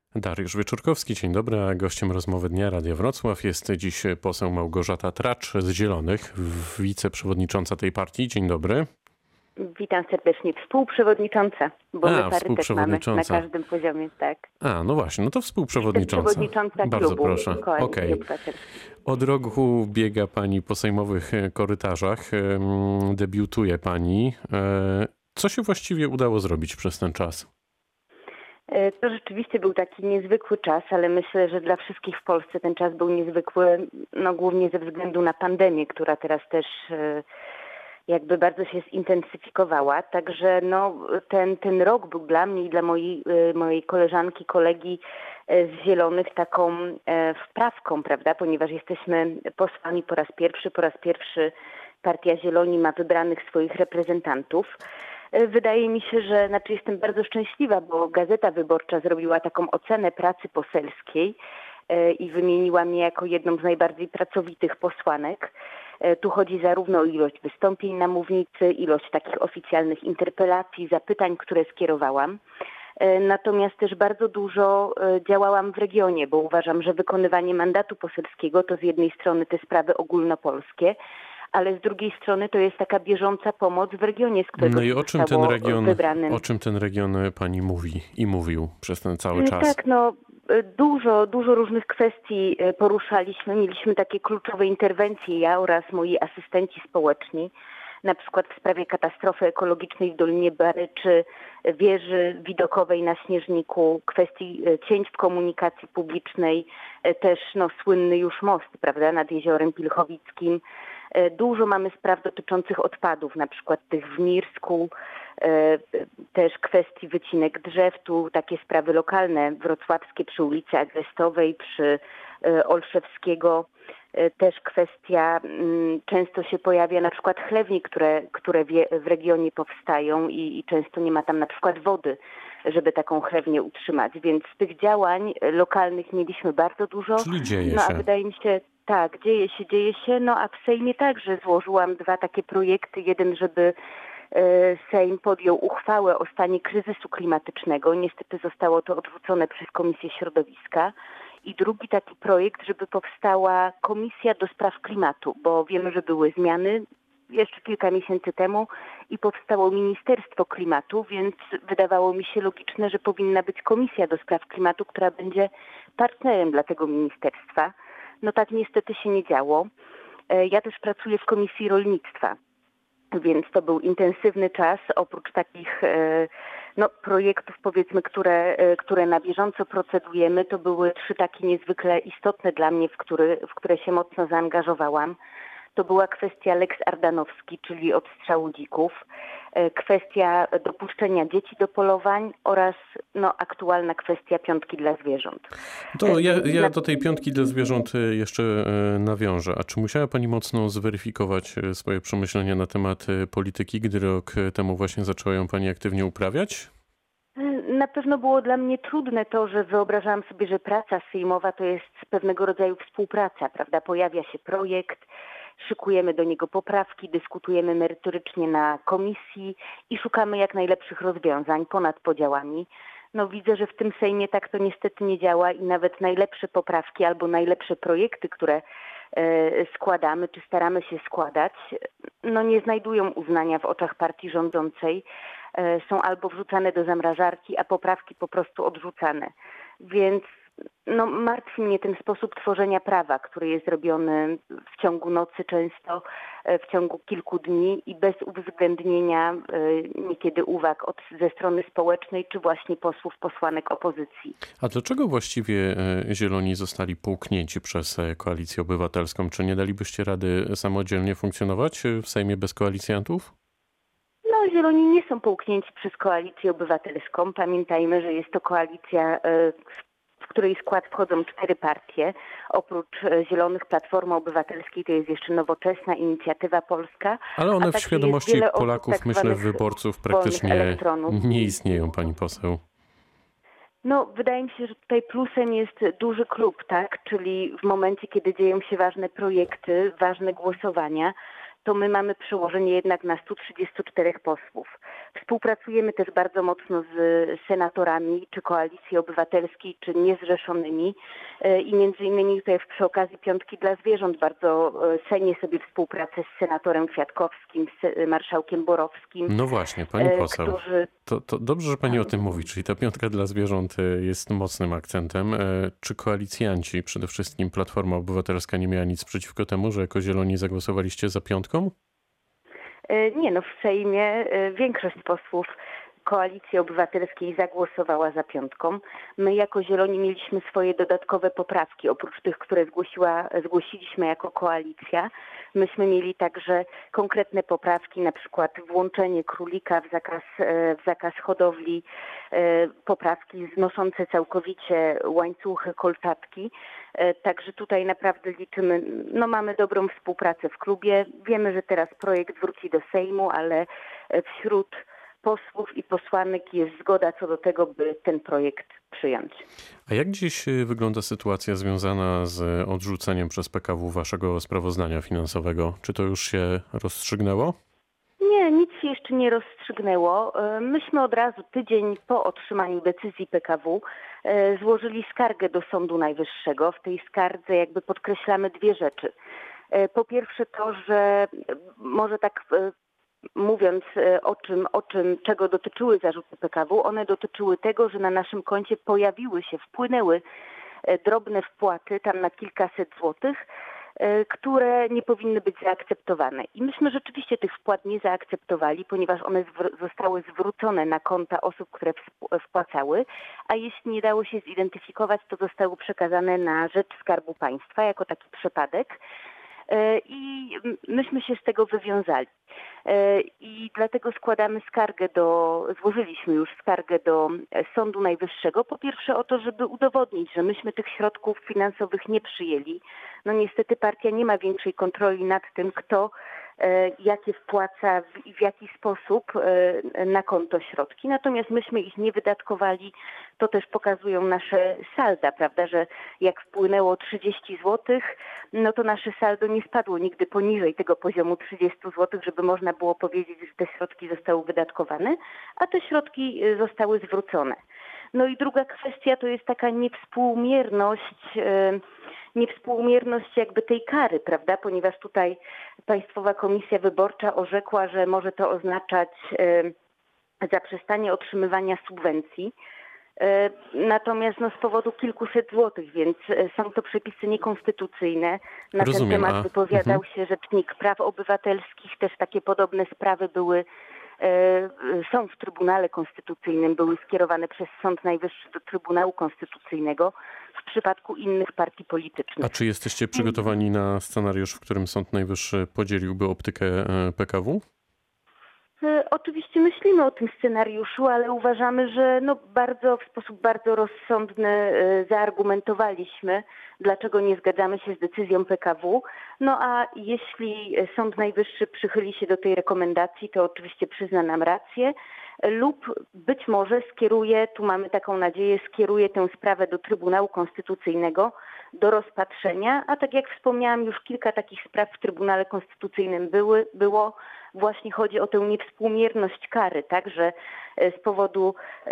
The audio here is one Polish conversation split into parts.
Dariusz Wieczorkowski, dzień dobry, a gościem rozmowy Dnia Radia Wrocław jest dziś poseł Małgorzata Tracz z Zielonych, wiceprzewodnicząca tej partii. Dzień dobry. Witam serdecznie. Współprzewodnicząca, bo my parytet mamy na współprzewodnicząca. każdym poziomie, tak. No właśnie, no to współprzewodnicząca. Wiceprzewodnicząca Bardzo klubu proszę. Koalicji Obywatelskiej. Od roku biega pani po sejmowych korytarzach, debiutuje pani. Co się właściwie udało zrobić przez ten czas? To rzeczywiście był taki niezwykły czas, ale myślę, że dla wszystkich w Polsce ten czas był niezwykły, no głównie ze względu na pandemię, która teraz też jakby bardzo się zintensyfikowała. Także ten rok był dla mnie i dla mojej koleżanki, kolegi z Zielonych taką wprawką, prawda, ponieważ jesteśmy posłami po raz pierwszy Partia Zieloni ma wybranych swoich reprezentantów. Wydaje mi się, że jestem bardzo szczęśliwa, bo Gazeta Wyborcza zrobiła taką ocenę pracy poselskiej i wymieniła mnie jako jedną z najbardziej pracowitych posłanek. Tu chodzi zarówno o ilość wystąpień na mównicy, ilość takich oficjalnych interpelacji, zapytań, które skierowałam. Natomiast też bardzo dużo działałam w regionie, bo uważam, że wykonywanie mandatu poselskiego to z jednej strony te sprawy ogólnopolskie, ale z drugiej strony to jest taka bieżąca pomoc w regionie, z którego No i wybranym. O czym ten region pani mówi i mówił przez ten cały czas? Tak, dużo różnych kwestii poruszaliśmy. Mieliśmy takie kluczowe interwencje, ja oraz moi asystenci społeczni, na przykład w sprawie katastrofy ekologicznej w Dolinie Bary czy wieży widokowej na Śnieżniku, kwestii cięć w komunikacji publicznej, też słynny już most, prawda, nad Jeziorem Pilchowickim. Dużo mamy spraw dotyczących odpadów, na przykład tych w Mirsku, też kwestii wycinek drzew, tu takie sprawy lokalne, wrocławskie przy ulicy Agrestowej, przy Olszewskiego. Też kwestia, często się pojawia na przykład chlewni, które w regionie powstają i często nie ma tam na przykład wody, żeby taką chlewnię utrzymać. Więc tych działań lokalnych mieliśmy bardzo dużo. Czyli dzieje się. A wydaje mi się, tak, dzieje się. A w Sejmie także złożyłam dwa takie projekty. Jeden, żeby Sejm podjął uchwałę o stanie kryzysu klimatycznego. Niestety zostało to odrzucone przez Komisję Środowiska. I drugi taki projekt, żeby powstała Komisja do Spraw Klimatu, bo wiemy, że były zmiany jeszcze kilka miesięcy temu i powstało Ministerstwo Klimatu, więc wydawało mi się logiczne, że powinna być Komisja do Spraw Klimatu, która będzie partnerem dla tego ministerstwa. Tak niestety się nie działo. Ja też pracuję w Komisji Rolnictwa, więc to był intensywny czas. Oprócz takich projektów, powiedzmy, które na bieżąco procedujemy, to były trzy takie niezwykle istotne dla mnie, w które się mocno zaangażowałam. To była kwestia Lex Ardanowski, czyli odstrzału dzików, kwestia dopuszczenia dzieci do polowań oraz aktualna kwestia piątki dla zwierząt. To ja do tej piątki dla zwierząt jeszcze nawiążę. A czy musiała pani mocno zweryfikować swoje przemyślenia na temat polityki, gdy rok temu właśnie zaczęła ją pani aktywnie uprawiać? Na pewno było dla mnie trudne to, że wyobrażałam sobie, że praca sejmowa to jest pewnego rodzaju współpraca, prawda? Pojawia się projekt, szykujemy do niego poprawki, dyskutujemy merytorycznie na komisji i szukamy jak najlepszych rozwiązań ponad podziałami. Widzę, że w tym Sejmie tak to niestety nie działa i nawet najlepsze poprawki albo najlepsze projekty, które składamy czy staramy się składać, nie znajdują uznania w oczach partii rządzącej. Są albo wrzucane do zamrażarki, a poprawki po prostu odrzucane. Więc martwi mnie ten sposób tworzenia prawa, który jest robiony w ciągu nocy często, w ciągu kilku dni i bez uwzględnienia niekiedy uwag ze strony społecznej czy właśnie posłów, posłanek opozycji. A dlaczego właściwie Zieloni zostali połknięci przez Koalicję Obywatelską? Czy nie dalibyście rady samodzielnie funkcjonować w Sejmie bez koalicjantów? Zieloni nie są połknięci przez Koalicję Obywatelską. Pamiętajmy, że jest to koalicja, w której skład wchodzą 4 partie. Oprócz Zielonych, Platformy Obywatelskiej to jest jeszcze Nowoczesna, Inicjatywa Polska. Ale one w świadomości Polaków, myślę, wyborców praktycznie nie istnieją, pani poseł. Wydaje mi się, że tutaj plusem jest duży klub, tak? Czyli w momencie, kiedy dzieją się ważne projekty, ważne głosowania, to my mamy przełożenie jednak na 134 posłów. Współpracujemy też bardzo mocno z senatorami, czy Koalicji Obywatelskiej, czy niezrzeszonymi i między innymi tutaj przy okazji Piątki dla Zwierząt bardzo cenię sobie współpracę z senatorem Kwiatkowskim, z marszałkiem Borowskim. No właśnie, pani poseł. Którzy... To dobrze, że pani o tym mówi, czyli ta Piątka dla Zwierząt jest mocnym akcentem. Czy koalicjanci, przede wszystkim Platforma Obywatelska, nie miała nic przeciwko temu, że jako Zieloni zagłosowaliście za Piątką? Nie, no w Sejmie większość posłów Koalicji Obywatelskiej zagłosowała za Piątką. My jako Zieloni mieliśmy swoje dodatkowe poprawki, oprócz tych, które zgłosiliśmy jako koalicja. Myśmy mieli także konkretne poprawki, na przykład włączenie królika w zakaz hodowli, poprawki znoszące całkowicie łańcuchy, kolczatki. Także tutaj naprawdę liczymy, no mamy dobrą współpracę w klubie. Wiemy, że teraz projekt wróci do Sejmu, ale wśród posłów i posłanek jest zgoda co do tego, by ten projekt przyjąć. A jak dziś wygląda sytuacja związana z odrzuceniem przez PKW waszego sprawozdania finansowego? Czy to już się rozstrzygnęło? Nie, nic się jeszcze nie rozstrzygnęło. Myśmy od razu tydzień po otrzymaniu decyzji PKW złożyli skargę do Sądu Najwyższego. W tej skardze jakby podkreślamy dwie rzeczy. Po pierwsze to, że może tak mówiąc czego dotyczyły zarzuty PKW, one dotyczyły tego, że na naszym koncie wpłynęły drobne wpłaty, tam na kilkaset złotych, które nie powinny być zaakceptowane. I myśmy rzeczywiście tych wpłat nie zaakceptowali, ponieważ one zostały zwrócone na konta osób, które wpłacały, a jeśli nie dało się zidentyfikować, to zostały przekazane na rzecz Skarbu Państwa jako taki przypadek. I myśmy się z tego wywiązali. I dlatego złożyliśmy już skargę do Sądu Najwyższego. Po pierwsze o to, żeby udowodnić, że myśmy tych środków finansowych nie przyjęli. No niestety partia nie ma większej kontroli nad tym, kto jakie wpłaca i w jaki sposób na konto środki. Natomiast myśmy ich nie wydatkowali. To też pokazują nasze salda, prawda, że jak wpłynęło 30 zł, no to nasze saldo nie spadło nigdy poniżej tego poziomu 30 zł, żeby można było powiedzieć, że te środki zostały wydatkowane, a te środki zostały zwrócone. No i druga kwestia to jest taka niewspółmierność jakby tej kary, prawda, ponieważ tutaj Państwowa Komisja Wyborcza orzekła, że może to oznaczać zaprzestanie otrzymywania subwencji. Natomiast z powodu kilkuset złotych, więc są to przepisy niekonstytucyjne. Na ten temat wypowiadał się Rzecznik Praw Obywatelskich, też takie podobne sprawy są w Trybunale Konstytucyjnym, były skierowane przez Sąd Najwyższy do Trybunału Konstytucyjnego w przypadku innych partii politycznych. A czy jesteście przygotowani na scenariusz, w którym Sąd Najwyższy podzieliłby optykę PKW? Oczywiście myślimy o tym scenariuszu, ale uważamy, że w sposób bardzo rozsądny zaargumentowaliśmy, dlaczego nie zgadzamy się z decyzją PKW. No a jeśli Sąd Najwyższy przychyli się do tej rekomendacji, to oczywiście przyzna nam rację lub być może tu mamy taką nadzieję, skieruje tę sprawę do Trybunału Konstytucyjnego do rozpatrzenia, a tak jak wspomniałam, już kilka takich spraw w Trybunale Konstytucyjnym było. Właśnie chodzi o tę niewspółmierność kary, tak, że z powodu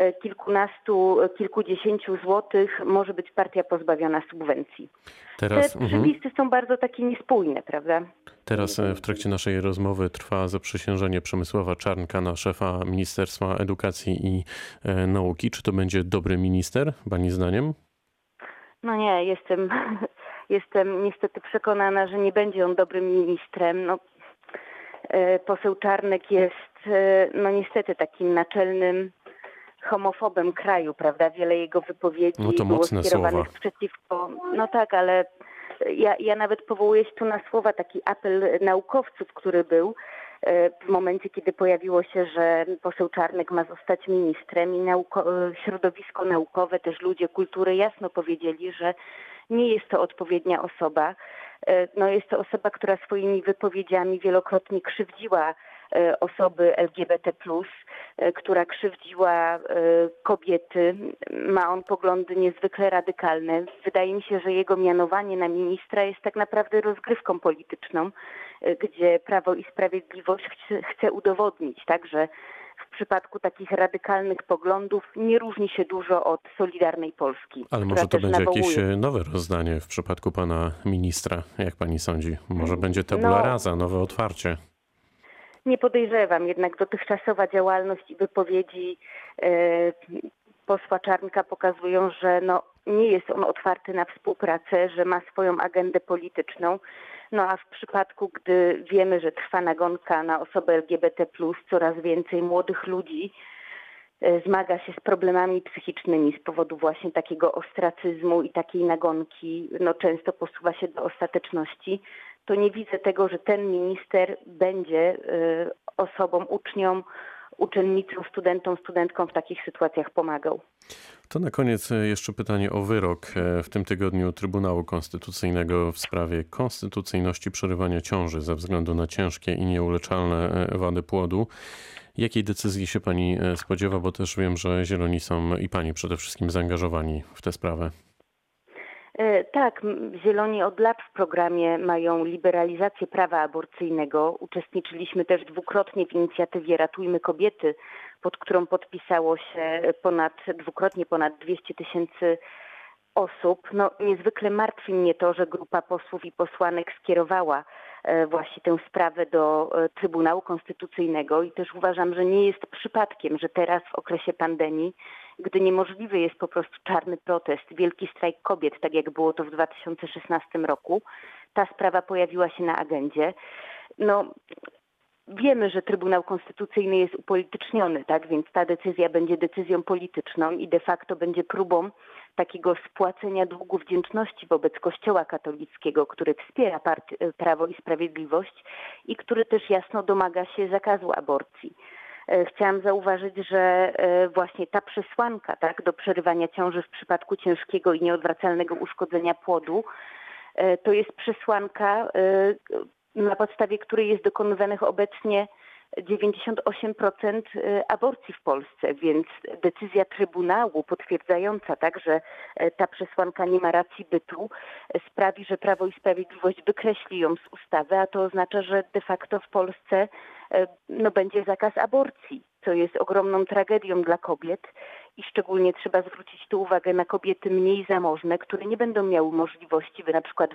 kilkudziesięciu złotych może być partia pozbawiona subwencji. Te przepisy są bardzo takie niespójne, prawda? Teraz w trakcie naszej rozmowy trwa zaprzysiężenie Przemysława Czarnka na szefa Ministerstwa Edukacji i Nauki. Czy to będzie dobry minister, pani zdaniem? No nie, jestem niestety przekonana, że nie będzie on dobrym ministrem. Poseł Czarnek jest niestety takim naczelnym homofobem kraju, prawda? Wiele jego wypowiedzi było skierowanych przeciwko... No tak, ale ja nawet powołuję się tu na słowa, taki apel naukowców, który był w momencie, kiedy pojawiło się, że poseł Czarnek ma zostać ministrem i środowisko naukowe, też ludzie kultury jasno powiedzieli, że nie jest to odpowiednia osoba. Jest to osoba, która swoimi wypowiedziami wielokrotnie krzywdziła osoby LGBT+, która krzywdziła kobiety. Ma on poglądy niezwykle radykalne. Wydaje mi się, że jego mianowanie na ministra jest tak naprawdę rozgrywką polityczną, gdzie Prawo i Sprawiedliwość chce udowodnić, tak, że w przypadku takich radykalnych poglądów nie różni się dużo od Solidarnej Polski. Ale może to będzie jakieś nowe rozdanie w przypadku pana ministra, jak pani sądzi? Może będzie tabula rasa, nowe otwarcie? Nie podejrzewam, jednak dotychczasowa działalność i wypowiedzi posła Czarnka pokazują, że nie jest on otwarty na współpracę, że ma swoją agendę polityczną. A w przypadku, gdy wiemy, że trwa nagonka na osoby LGBT+, coraz więcej młodych ludzi zmaga się z problemami psychicznymi z powodu właśnie takiego ostracyzmu i takiej nagonki, często posuwa się do ostateczności, to nie widzę tego, że ten minister będzie osobom, uczniom, uczennicom, studentom, studentkom w takich sytuacjach pomagał. To na koniec jeszcze pytanie o wyrok w tym tygodniu Trybunału Konstytucyjnego w sprawie konstytucyjności przerywania ciąży ze względu na ciężkie i nieuleczalne wady płodu. Jakiej decyzji się pani spodziewa, bo też wiem, że Zieloni są i pani przede wszystkim zaangażowani w tę sprawę. Tak, Zieloni od lat w programie mają liberalizację prawa aborcyjnego. Uczestniczyliśmy też dwukrotnie w inicjatywie Ratujmy Kobiety, pod którą podpisało się dwukrotnie ponad 200 000 osób. Niezwykle martwi mnie to, że grupa posłów i posłanek skierowała właśnie tę sprawę do Trybunału Konstytucyjnego i też uważam, że nie jest przypadkiem, że teraz w okresie pandemii, gdy niemożliwy jest po prostu czarny protest, wielki strajk kobiet, tak jak było to w 2016 roku, ta sprawa pojawiła się na agendzie. Wiemy, że Trybunał Konstytucyjny jest upolityczniony, tak? Więc ta decyzja będzie decyzją polityczną i de facto będzie próbą takiego spłacenia długu wdzięczności wobec Kościoła katolickiego, który wspiera Prawo i Sprawiedliwość i który też jasno domaga się zakazu aborcji. Chciałam zauważyć, że właśnie ta przesłanka, tak, do przerywania ciąży w przypadku ciężkiego i nieodwracalnego uszkodzenia płodu, to jest przesłanka, na podstawie której jest dokonywanych obecnie 98% aborcji w Polsce, więc decyzja Trybunału potwierdzająca tak, że ta przesłanka nie ma racji bytu, sprawi, że Prawo i Sprawiedliwość wykreśli ją z ustawy, a to oznacza, że de facto w Polsce będzie zakaz aborcji, co jest ogromną tragedią dla kobiet i szczególnie trzeba zwrócić tu uwagę na kobiety mniej zamożne, które nie będą miały możliwości, by na przykład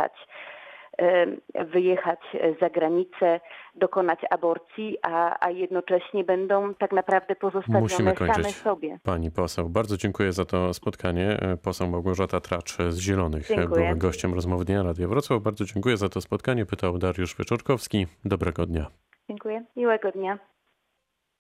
wyjechać za granicę, dokonać aborcji, a jednocześnie będą tak naprawdę pozostawione same sobie. Pani poseł, bardzo dziękuję za to spotkanie. Poseł Małgorzata Tracz z Zielonych była gościem rozmowy Dnia Radia Wrocław. Bardzo dziękuję za to spotkanie. Pytał Dariusz Wieczorkowski. Dobrego dnia. Dziękuję. Miłego dnia.